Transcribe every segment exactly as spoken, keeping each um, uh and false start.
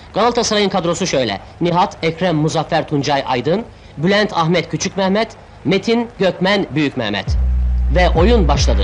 Galatasaray'ın kadrosu şöyle: Nihat, Ekrem, Muzaffer, Tuncay, Aydın, Bülent, Ahmet, Küçük Mehmet, Metin, Gökmen, Büyük Mehmet. Ve oyun başladı.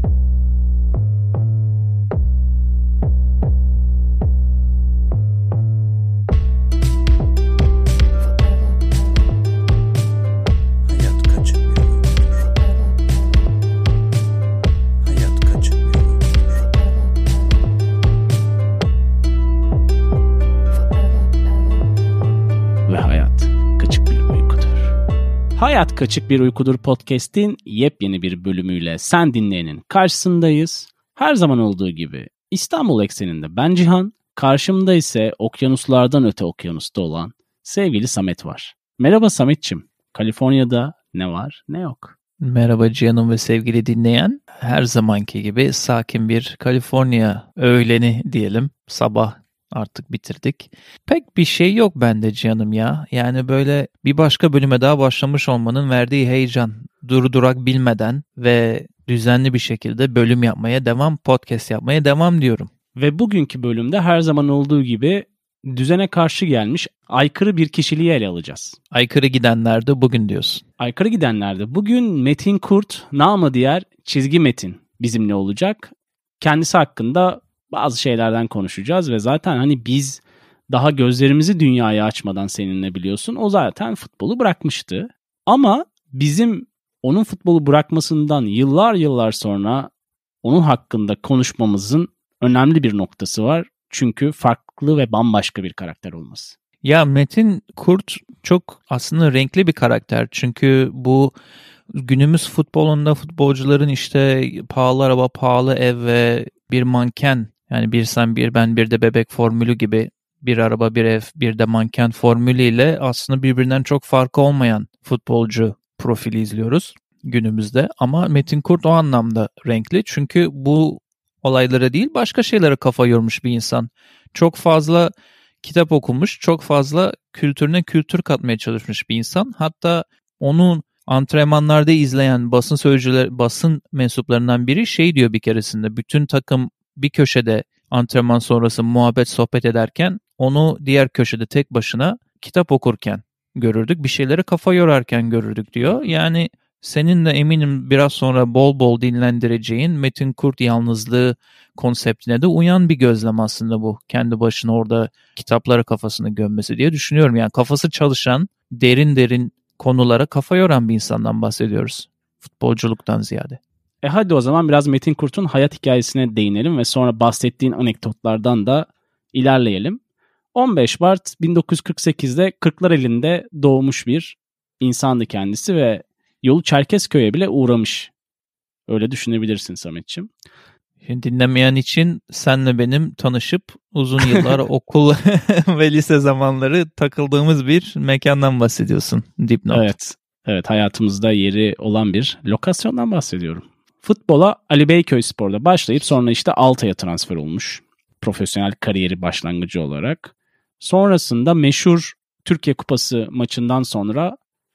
Hayat Kaçık Bir Uykudur podcast'in yepyeni bir bölümüyle sen dinleyenin karşısındayız. Her zaman olduğu gibi İstanbul ekseninde ben Cihan, karşımda ise okyanuslardan öte okyanusta olan sevgili Samet var. Merhaba Sametçim, Kaliforniya'da ne var ne yok? Merhaba Cihan'ım ve sevgili dinleyen. Her zamanki gibi sakin bir Kaliforniya öğleni diyelim, sabah. Artık bitirdik. Pek bir şey yok bende Cihan'ım ya. Yani böyle bir başka bölüme daha başlamış olmanın verdiği heyecan. Durdurak bilmeden ve düzenli bir şekilde bölüm yapmaya devam, podcast yapmaya devam diyorum. Ve bugünkü bölümde her zaman olduğu gibi düzene karşı gelmiş aykırı bir kişiliği ele alacağız. Aykırı gidenlerde bugün diyorsun. Aykırı gidenlerde bugün Metin Kurt, namı diğer Çizgi Metin bizimle olacak. Kendisi hakkında bazı şeylerden konuşacağız ve zaten hani biz daha gözlerimizi dünyaya açmadan seninle biliyorsun o zaten futbolu bırakmıştı. Ama bizim onun futbolu bırakmasından yıllar yıllar sonra onun hakkında konuşmamızın önemli bir noktası var. Çünkü farklı ve bambaşka bir karakter olması. Ya Metin Kurt çok aslında renkli bir karakter. Çünkü bu günümüz futbolunda futbolcuların işte pahalı araba, pahalı ev ve bir manken, yani bir sen bir ben bir de bebek formülü gibi bir araba, bir ev, bir de manken formülüyle aslında birbirinden çok farkı olmayan futbolcu profili izliyoruz günümüzde. Ama Metin Kurt o anlamda renkli çünkü bu olaylara değil başka şeylere kafa yormuş bir insan. Çok fazla kitap okumuş, çok fazla kültürüne kültür katmaya çalışmış bir insan. Hatta onun antrenmanlarda izleyen basın sözcüler, basın mensuplarından biri şey diyor bir keresinde: bütün takım bir köşede antrenman sonrası muhabbet sohbet ederken onu diğer köşede tek başına kitap okurken görürdük. Bir şeylere kafa yorarken görürdük diyor. Yani senin de eminim biraz sonra bol bol dinlendireceğin Metin Kurt yalnızlığı konseptine de uyan bir gözlem aslında bu. Kendi başına orada kitaplara kafasını gömmesi diye düşünüyorum. Yani kafası çalışan, derin derin konulara kafa yoran bir insandan bahsediyoruz. Futbolculuktan ziyade. E hadi o zaman biraz Metin Kurt'un hayat hikayesine değinelim ve sonra bahsettiğin anekdotlardan da ilerleyelim. on beş Mart bin dokuz yüz kırk sekizde Kırklareli'nde doğmuş bir insandı kendisi ve yolu Çerkezköy'e bile uğramış. Öyle düşünebilirsin Sametçim. Şimdi dinlemeyen için senle benim tanışıp uzun yıllar okul ve lise zamanları takıldığımız bir mekandan bahsediyorsun. Dipnot. Evet, evet hayatımızda yeri olan bir lokasyondan bahsediyorum. Futbola Ali Beyköyspor'da başlayıp sonra işte Altay'a transfer olmuş. Profesyonel kariyeri başlangıcı olarak. Sonrasında meşhur Türkiye Kupası maçından sonra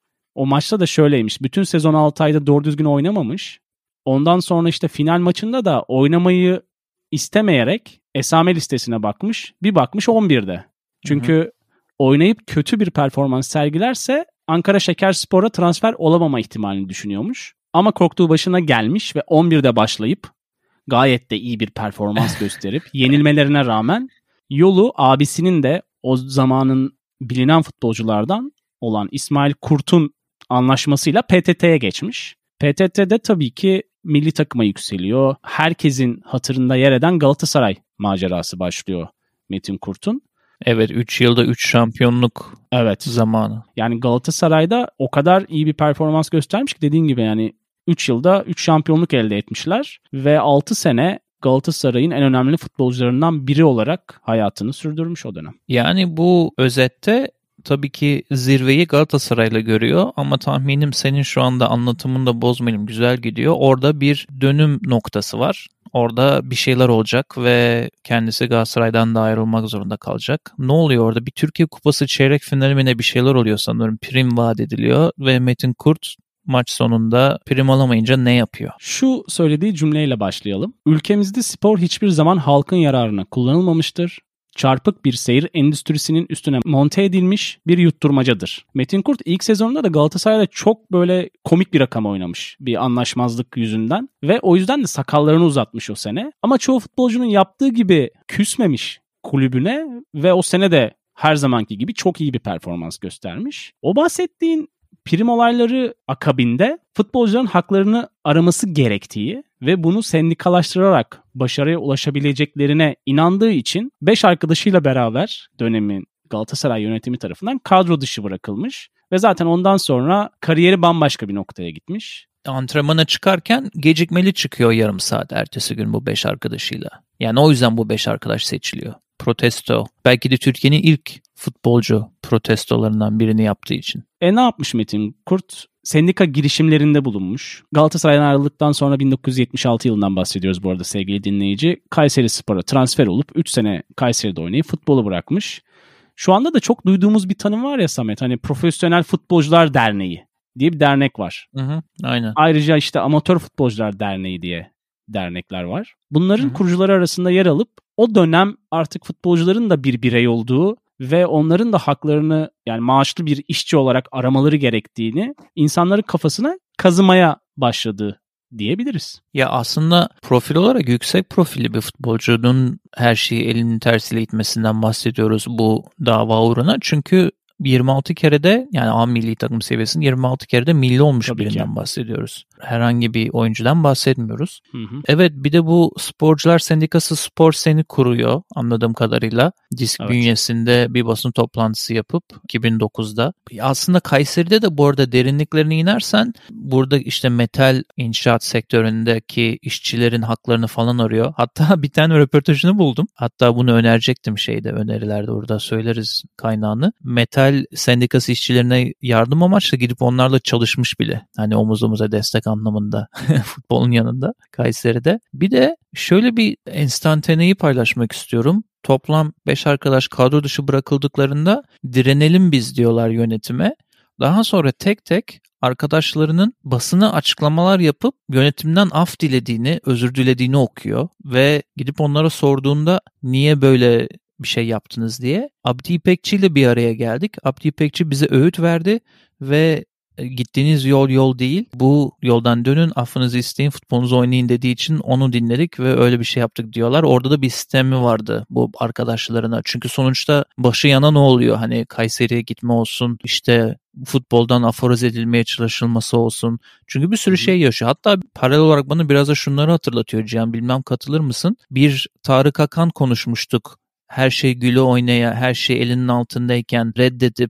o maçta da şöyleymiş. Bütün sezon Altay'da doğru düzgün oynamamış. Ondan sonra işte final maçında da oynamayı istemeyerek esame listesine bakmış. Bir bakmış on birde. Çünkü hı hı. oynayıp kötü bir performans sergilerse Ankara Şekerspor'a transfer olamama ihtimalini düşünüyormuş. Ama korktuğu başına gelmiş ve on birde başlayıp gayet de iyi bir performans gösterip yenilmelerine rağmen yolu abisinin de o zamanın bilinen futbolculardan olan İsmail Kurt'un anlaşmasıyla P T T'ye geçmiş. P T T'de tabii ki milli takıma yükseliyor. Herkesin hatırında yer eden Galatasaray macerası başlıyor Metin Kurt'un. Evet, üç yılda üç şampiyonluk evet. zamanı. Yani Galatasaray'da o kadar iyi bir performans göstermiş ki dediğin gibi yani üç yılda üç şampiyonluk elde etmişler ve altı sene Galatasaray'ın en önemli futbolcularından biri olarak hayatını sürdürmüş o dönem. Yani bu özette tabii ki zirveyi Galatasaray'la görüyor ama tahminim senin şu anda anlatımını da bozmayalım, güzel gidiyor. Orada bir dönüm noktası var. Orada bir şeyler olacak ve kendisi Galatasaray'dan da ayrılmak zorunda kalacak. Ne oluyor orada? Bir Türkiye Kupası çeyrek finaline bir şeyler oluyor sanırım. Prim vaat ediliyor ve Metin Kurt maç sonunda prim alamayınca ne yapıyor? Şu söylediği cümleyle başlayalım. Ülkemizde spor hiçbir zaman halkın yararına kullanılmamıştır. çarpık bir seyir endüstrisinin üstüne monte edilmiş bir yutturmacadır. Metin Kurt ilk sezonunda da Galatasaray'da çok böyle komik bir rakam oynamış bir anlaşmazlık yüzünden ve o yüzden de sakallarını uzatmış o sene. Ama çoğu futbolcunun yaptığı gibi küsmemiş kulübüne ve o sene de her zamanki gibi çok iyi bir performans göstermiş. O bahsettiğin prim olayları akabinde futbolcuların haklarını araması gerektiği ve bunu sendikalaştırarak başarıya ulaşabileceklerine inandığı için beş arkadaşıyla beraber dönemin Galatasaray yönetimi tarafından kadro dışı bırakılmış ve zaten ondan sonra kariyeri bambaşka bir noktaya gitmiş. Antrenmana çıkarken gecikmeli çıkıyor yarım saat ertesi gün bu beş arkadaşıyla. Yani o yüzden bu beş arkadaş seçiliyor. Protesto. Belki de Türkiye'nin ilk futbolcu protestolarından birini yaptığı için. E ne yapmış Metin Kurt? Sendika girişimlerinde bulunmuş. Galatasaray'dan ayrıldıktan sonra bin dokuz yüz yetmiş altı yılından bahsediyoruz bu arada sevgili dinleyici. Kayserispor'a transfer olup üç sene Kayseri'de oynayıp futbolu bırakmış. Şu anda da çok duyduğumuz bir tanım var ya Samet. Hani Profesyonel Futbolcular Derneği diye bir dernek var. Hı hı, aynen. Ayrıca işte Amatör Futbolcular Derneği diye dernekler var. Bunların hı hı. kurucuları arasında yer alıp o dönem artık futbolcuların da bir birey olduğu ve onların da haklarını yani maaşlı bir işçi olarak aramaları gerektiğini insanların kafasına kazımaya başladı diyebiliriz. Ya aslında profil olarak yüksek profilli bir futbolcunun her şeyi elinin tersiyle itmesinden bahsediyoruz bu dava uğruna. Çünkü yirmi altı kerede yani A milli takım seviyesinde yirmi altı kerede milli olmuş Tabii birinden ki. bahsediyoruz. Herhangi bir oyuncudan bahsetmiyoruz. Hı hı. Evet bir de bu Sporcular Sendikası Spor Sen'i kuruyor anladığım kadarıyla. Disk evet. bünyesinde bir basın toplantısı yapıp iki bin dokuzda. Aslında Kayseri'de de bu arada derinliklerine inersen burada işte metal inşaat sektöründeki işçilerin haklarını falan arıyor. Hatta bir tane röportajını buldum. Hatta bunu önerecektim şeyde önerilerde orada söyleriz kaynağını. Metal sendikası işçilerine yardım amaçlı gidip onlarla çalışmış bile. Hani omuz omuza destek anlamında futbolun yanında Kayseri'de. Bir de şöyle bir enstantaneyi paylaşmak istiyorum. Toplam beş arkadaş kadro dışı bırakıldıklarında direnelim biz diyorlar yönetime. Daha sonra tek tek arkadaşlarının basına açıklamalar yapıp yönetimden af dilediğini, özür dilediğini okuyor ve gidip onlara sorduğunda niye böyle bir şey yaptınız diye. Abdi İpekçi ile bir araya geldik. Abdi İpekçi bize öğüt verdi ve gittiğiniz yol yol değil. Bu yoldan dönün, affınızı isteyin, futbolunuzu oynayın dediği için onu dinledik ve öyle bir şey yaptık diyorlar. Orada da bir sistemi vardı bu arkadaşlarına. Çünkü sonuçta başı yana ne oluyor? Hani Kayseri'ye gitme olsun, işte futboldan aforoz edilmeye çalışılması olsun. Çünkü bir sürü şey yaşıyor. Hatta paralel olarak bana biraz da şunları hatırlatıyor Cihan. Bilmem katılır mısın? Bir Tarık Akan konuşmuştuk. Her şey güle oynaya, her şey elinin altındayken reddedip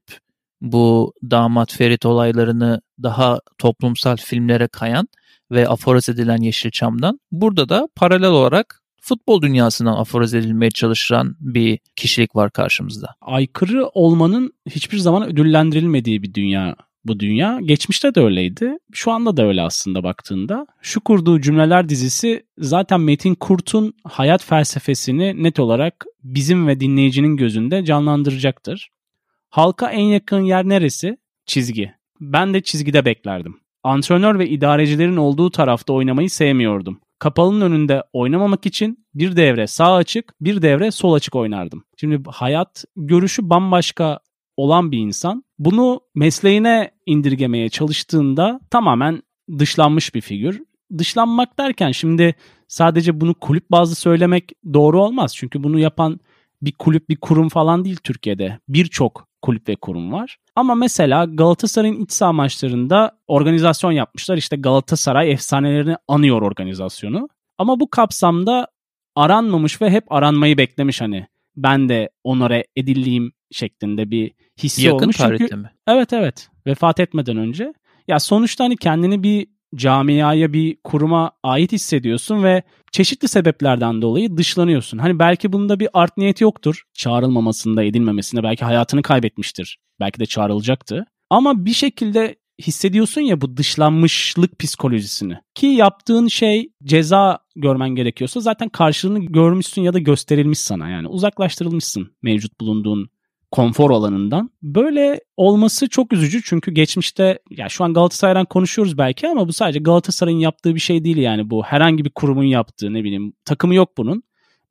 bu damat Ferit olaylarını daha toplumsal filmlere kayan ve aforoz edilen Yeşilçam'dan. Burada da paralel olarak futbol dünyasından aforoz edilmeye çalışan bir kişilik var karşımızda. Aykırı olmanın hiçbir zaman ödüllendirilmediği bir dünya bu dünya. Geçmişte de öyleydi. Şu anda da öyle aslında baktığında. Şu kurduğu cümleler dizisi zaten Metin Kurt'un hayat felsefesini net olarak bizim ve dinleyicinin gözünde canlandıracaktır. Halka en yakın yer neresi? Çizgi. Ben de çizgide beklerdim. Antrenör ve idarecilerin olduğu tarafta oynamayı sevmiyordum. Kapalının önünde oynamamak için bir devre sağ açık, bir devre sol açık oynardım. Şimdi hayat görüşü bambaşka olan bir insan bunu mesleğine indirgemeye çalıştığında tamamen dışlanmış bir figür. Dışlanmak derken şimdi sadece bunu kulüp bazlı söylemek doğru olmaz. Çünkü bunu yapan bir kulüp, bir kurum falan değil Türkiye'de. Birçok kulüp ve kurum var. Ama mesela Galatasaray'ın iç saha maçlarında organizasyon yapmışlar. İşte Galatasaray efsanelerini anıyor organizasyonu. Ama bu kapsamda aranmamış ve hep aranmayı beklemiş hani. Ben de onore edildiğim şeklinde bir hissi Yakın olmuş. tarihte Çünkü, mi? Evet evet. Vefat etmeden önce. Ya sonuçta hani kendini bir camiaya, bir kuruma ait hissediyorsun ve çeşitli sebeplerden dolayı dışlanıyorsun. Hani belki bunda bir art niyet yoktur. Çağrılmamasında, edilmemesinde belki hayatını kaybetmiştir. Belki de çağrılacaktı. Ama bir şekilde hissediyorsun ya bu dışlanmışlık psikolojisini. Ki yaptığın şey ceza görmen gerekiyorsa zaten karşılığını görmüşsün ya da gösterilmiş sana. Yani uzaklaştırılmışsın mevcut bulunduğun konfor alanından. Böyle olması çok üzücü çünkü geçmişte ya şu an Galatasaray'dan konuşuyoruz belki ama bu sadece Galatasaray'ın yaptığı bir şey değil yani bu herhangi bir kurumun yaptığı ne bileyim takımı yok bunun.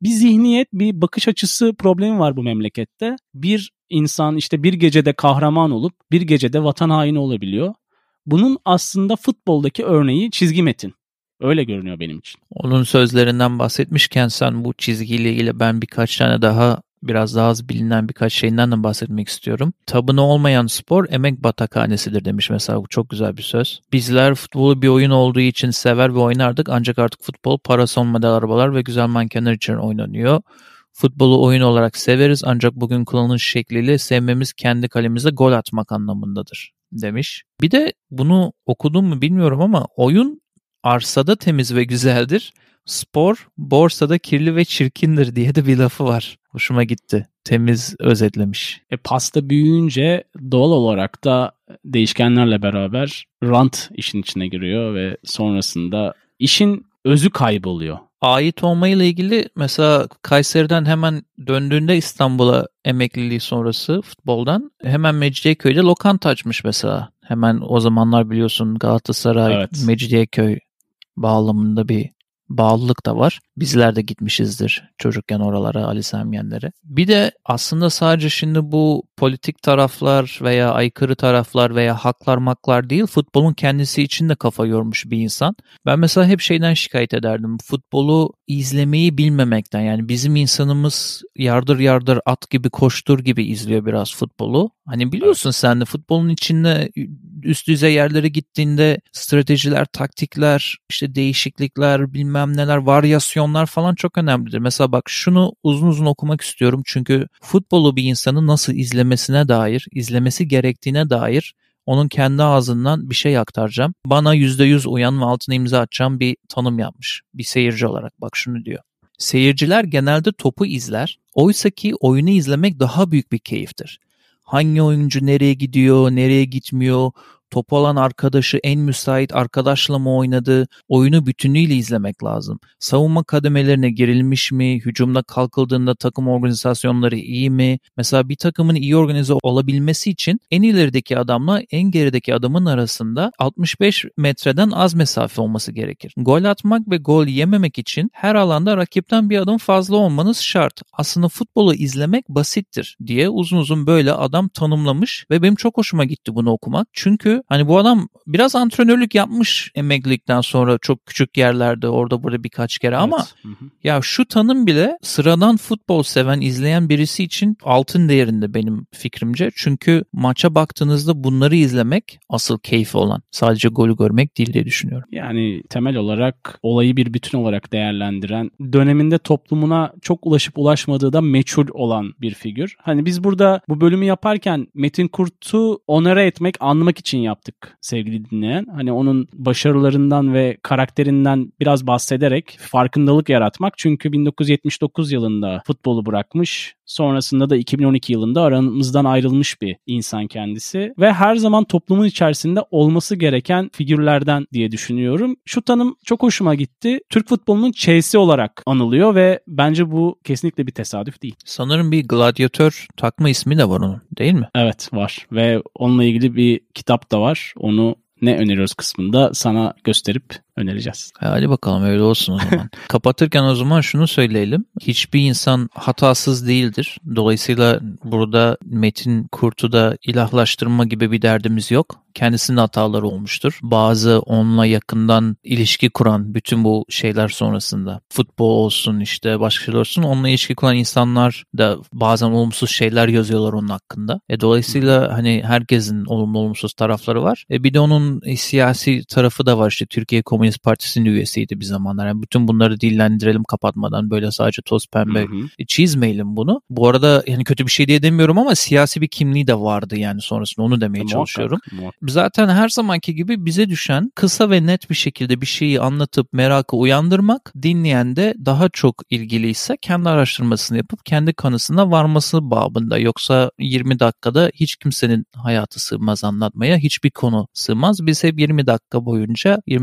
bir zihniyet, bir bakış açısı problemi var bu memlekette. Bir insan işte bir gecede kahraman olup bir gecede vatan haini olabiliyor. Bunun aslında futboldaki örneği çizgi metin. Öyle görünüyor benim için. Onun sözlerinden bahsetmişken sen bu çizgiyle ilgili ben birkaç tane daha biraz daha az bilinen birkaç şeyinden de bahsetmek istiyorum. Tabını olmayan spor emek batakhanesidir demiş mesela. Bu çok güzel bir söz. Bizler futbolu bir oyun olduğu için sever ve oynardık ancak artık futbol para son model arabalar ve güzel mankenler için oynanıyor. Futbolu oyun olarak severiz ancak bugün kullanılış şekliyle sevmemiz kendi kalemize gol atmak anlamındadır demiş. Bir de bunu okudum mu bilmiyorum ama oyun arsada temiz ve güzeldir. Spor borsada kirli ve çirkindir diye de bir lafı var. Hoşuma gitti. Temiz özetlemiş. E, pasta büyüyünce doğal olarak da değişkenlerle beraber rant işin içine giriyor ve sonrasında işin özü kayboluyor. Ait olmayla ilgili mesela Kayseri'den hemen döndüğünde İstanbul'a emekliliği sonrası futboldan hemen Mecidiyeköy'de lokanta açmış mesela. Hemen o zamanlar biliyorsun Galatasaray, evet. Mecidiyeköy bağlamında bir bağlılık da var. Bizler de gitmişizdir çocukken oralara, Ali Sami Yenlere. Bir de aslında sadece şimdi bu politik taraflar veya aykırı taraflar veya haklar maklar değil, futbolun kendisi için de kafa yormuş bir insan. Ben mesela hep şeyden şikayet ederdim. Futbolu izlemeyi bilmemekten, yani bizim insanımız yardır yardır at gibi koştur gibi izliyor biraz futbolu. Hani biliyorsun evet. Sen de futbolun içinde üst düzey yerlere gittiğinde stratejiler, taktikler, işte değişiklikler, bilmem neler, varyasyonlar falan çok önemlidir. Mesela bak şunu uzun uzun okumak istiyorum çünkü futbolu bir insanın nasıl izlemesine dair, izlemesi gerektiğine dair onun kendi ağzından bir şey aktaracağım. Bana yüzde yüz uyan ve altına imza atacağım bir tanım yapmış bir seyirci olarak. Bak şunu diyor. Seyirciler genelde topu izler. Oysa ki oyunu izlemek daha büyük bir keyiftir. Hangi oyuncu nereye gidiyor, nereye gitmiyor, topu olan arkadaşı en müsait arkadaşla mı oynadı, oyunu bütünüyle izlemek lazım. Savunma kademelerine girilmiş mi, hücumda kalkıldığında takım organizasyonları iyi mi? Mesela bir takımın iyi organize olabilmesi için en ilerideki adamla en gerideki adamın arasında altmış beş metreden az mesafe olması gerekir. Gol atmak ve gol yememek için her alanda rakipten bir adım fazla olmanız şart. Aslında futbolu izlemek basittir diye uzun uzun böyle adam tanımlamış ve benim çok hoşuma gitti bunu okumak. Çünkü hani bu adam biraz antrenörlük yapmış emeklilikten sonra çok küçük yerlerde orada burada birkaç kere ama evet. Ya şu tanım bile sıradan futbol seven izleyen birisi için altın değerinde benim fikrimce. Çünkü maça baktığınızda bunları izlemek asıl keyfi olan, sadece golü görmek değil diye düşünüyorum. Yani temel olarak olayı bir bütün olarak değerlendiren, döneminde toplumuna çok ulaşıp ulaşmadığı da meçhul olan bir figür. Hani biz burada bu bölümü yaparken Metin Kurt'u onore etmek, anlamak için yaptık sevgili dinleyen. Hani onun başarılarından ve karakterinden biraz bahsederek farkındalık yaratmak. Çünkü bin dokuz yüz yetmiş dokuz yılında futbolu bırakmış. Sonrasında da iki bin on iki yılında aramızdan ayrılmış bir insan kendisi. Ve her zaman toplumun içerisinde olması gereken figürlerden diye düşünüyorum. Şu tanım çok hoşuma gitti. Türk futbolunun Chelsea olarak anılıyor ve bence bu kesinlikle bir tesadüf değil. Sanırım bir gladyatör takma ismi de var onun, değil mi? Evet, var ve onunla ilgili bir kitap da var. Onu ne öneriyoruz kısmında sana gösterip önereceğiz. Hadi bakalım öyle olsun o zaman. Kapatırken o zaman şunu söyleyelim. Hiçbir insan hatasız değildir. Dolayısıyla burada Metin Kurt'u da ilahlaştırma gibi bir derdimiz yok. Kendisinin hataları olmuştur. Bazı onunla yakından ilişki kuran bütün bu şeyler sonrasında futbol olsun işte başka şeyler olsun onunla ilişki kuran insanlar da bazen olumsuz şeyler yazıyorlar onun hakkında. E, dolayısıyla hani herkesin olumlu olumsuz tarafları var. E, bir de onun e, siyasi tarafı da var. İşte Türkiye Komünist Partisi'nin üyesiydi bir zamanlar. Yani bütün bunları dillendirelim kapatmadan böyle sadece toz pembe hı hı. E, çizmeyelim bunu. Bu arada yani kötü bir şey diye demiyorum ama siyasi bir kimliği de vardı yani sonrasında onu demeye muhakkak, çalışıyorum. Muhakkak. Zaten her zamanki gibi bize düşen kısa ve net bir şekilde bir şeyi anlatıp merakı uyandırmak, dinleyen de daha çok ilgiliyse kendi araştırmasını yapıp kendi kanısına varması babında. Yoksa yirmi dakikada hiç kimsenin hayatı sığmaz anlatmaya, hiçbir konu sığmaz. Biz hep yirmi dakika boyunca, yirmi beş dakika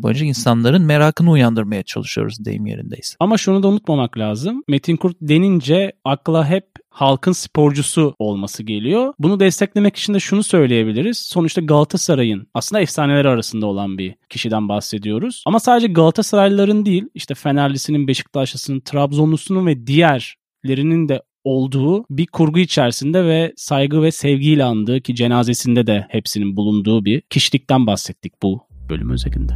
dakika boyunca insanların merakını uyandırmaya çalışıyoruz deyim yerindeyse. Ama şunu da unutmamak lazım. Metin Kurt denince akla hep halkın sporcusu olması geliyor. Bunu desteklemek için de şunu söyleyebiliriz. Sonuçta Galatasaray'ın aslında efsaneleri arasında olan bir kişiden bahsediyoruz. Ama sadece Galatasaraylıların değil, işte Fenerlisinin, Beşiktaşlısının, Trabzonlusunun ve diğerlerinin de olduğu bir kurgu içerisinde ve saygı ve sevgiyle andığı, ki cenazesinde de hepsinin bulunduğu bir kişilikten bahsettik bu bölüm özelinde.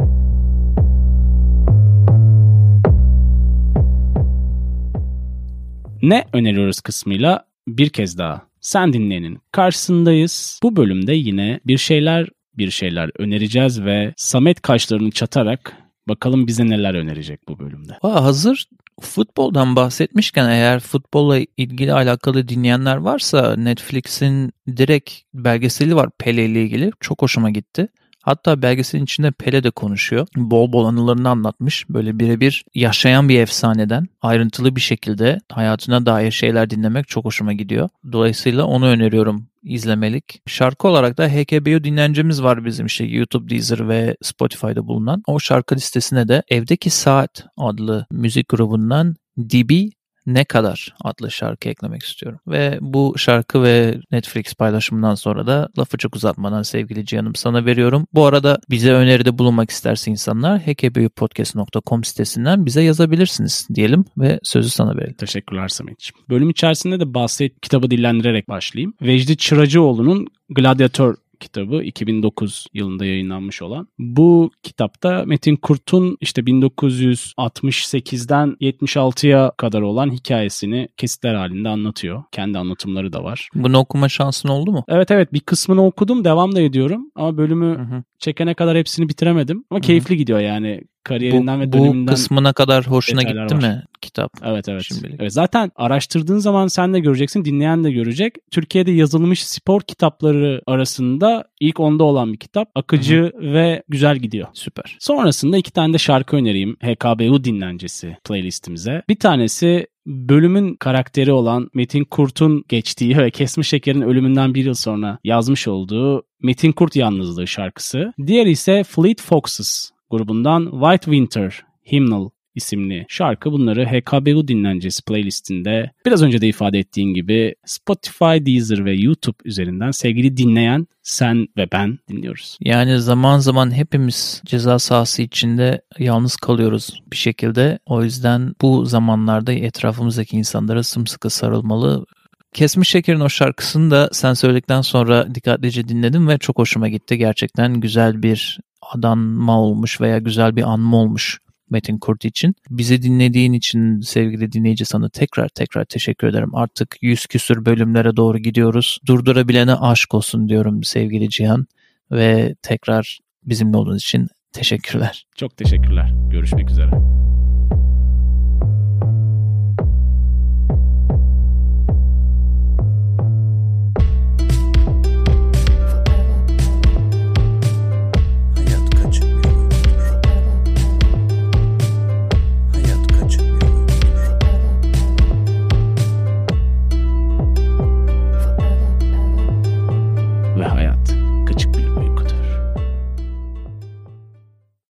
Ne öneriyoruz kısmıyla bir kez daha sen dinleyenin karşısındayız. Bu bölümde yine bir şeyler bir şeyler önereceğiz ve Samet kaşlarını çatarak bakalım bize neler önerecek bu bölümde. Aa, hazır futboldan bahsetmişken, eğer futbolla ilgili alakalı dinleyenler varsa, Netflix'in direkt belgeseli var Pele ile ilgili. Çok hoşuma gitti. Hatta belgeselin içinde Pele de konuşuyor. Bol bol anılarını anlatmış. Böyle birebir yaşayan bir efsaneden ayrıntılı bir şekilde hayatına dair şeyler dinlemek çok hoşuma gidiyor. Dolayısıyla onu öneriyorum izlemelik. Şarkı olarak da H K B U dinlencemiz var bizim, işte YouTube, Deezer ve Spotify'da bulunan. O şarkı listesine de Evdeki Saat adlı müzik grubundan Dibi Ne Kadar adlı şarkı eklemek istiyorum. Ve bu şarkı ve Netflix paylaşımından sonra da lafı çok uzatmadan sevgili Cihan'ım sana veriyorum. Bu arada bize öneride bulunmak isterse insanlar h k b u podcast nokta com sitesinden bize yazabilirsiniz diyelim ve sözü sana verelim. Teşekkürler Samet'ciğim. Bölüm içerisinde de bahset kitabı dillendirerek başlayayım. Vecdi Çıracıoğlu'nun Gladyatör kitabı iki bin dokuz yılında yayınlanmış olan. Bu kitapta Metin Kurt'un işte bin dokuz yüz altmış sekizden yetmiş altıya kadar olan hikayesini kesitler halinde anlatıyor. Kendi anlatımları da var. Bunu okuma şansın oldu mu? Evet evet, bir kısmını okudum, devam da ediyorum ama bölümü hı hı. çekene kadar hepsini bitiremedim ama hı hı. keyifli gidiyor yani. Kariyerinden bu, ve döneminden. Bu kısmına kadar hoşuna gitti var. mi kitap? Evet evet. evet. Zaten araştırdığın zaman sen de göreceksin, dinleyen de görecek. Türkiye'de yazılmış spor kitapları arasında ilk onda olan bir kitap. Akıcı Hı-hı. ve güzel gidiyor. Süper. Sonrasında iki tane de şarkı önereyim H K B U dinlencesi playlistimize. Bir tanesi bölümün karakteri olan Metin Kurt'un geçtiği ve Kesme Şeker'in ölümünden bir yıl sonra yazmış olduğu Metin Kurt Yalnızlığı şarkısı. Diğeri ise Fleet Foxes grubundan White Winter Hymnal isimli şarkı. Bunları H K B U dinlencesi playlistinde biraz önce de ifade ettiğin gibi Spotify, Deezer ve YouTube üzerinden sevgili dinleyen sen ve ben dinliyoruz. Yani zaman zaman hepimiz ceza sahası içinde yalnız kalıyoruz bir şekilde. O yüzden bu zamanlarda etrafımızdaki insanlara sımsıkı sarılmalı. Kesmiş Şeker'in o şarkısını da sen söyledikten sonra dikkatlice dinledim ve çok hoşuma gitti. Gerçekten güzel bir adanma olmuş veya güzel bir anma olmuş Metin Kurt için. Bizi dinlediğin için sevgili dinleyici sana tekrar tekrar teşekkür ederim. Artık yüz küsür bölümlere doğru gidiyoruz. Durdurabilene aşk olsun diyorum sevgili Cihan ve tekrar bizimle olduğunuz için teşekkürler. Çok teşekkürler. Görüşmek üzere.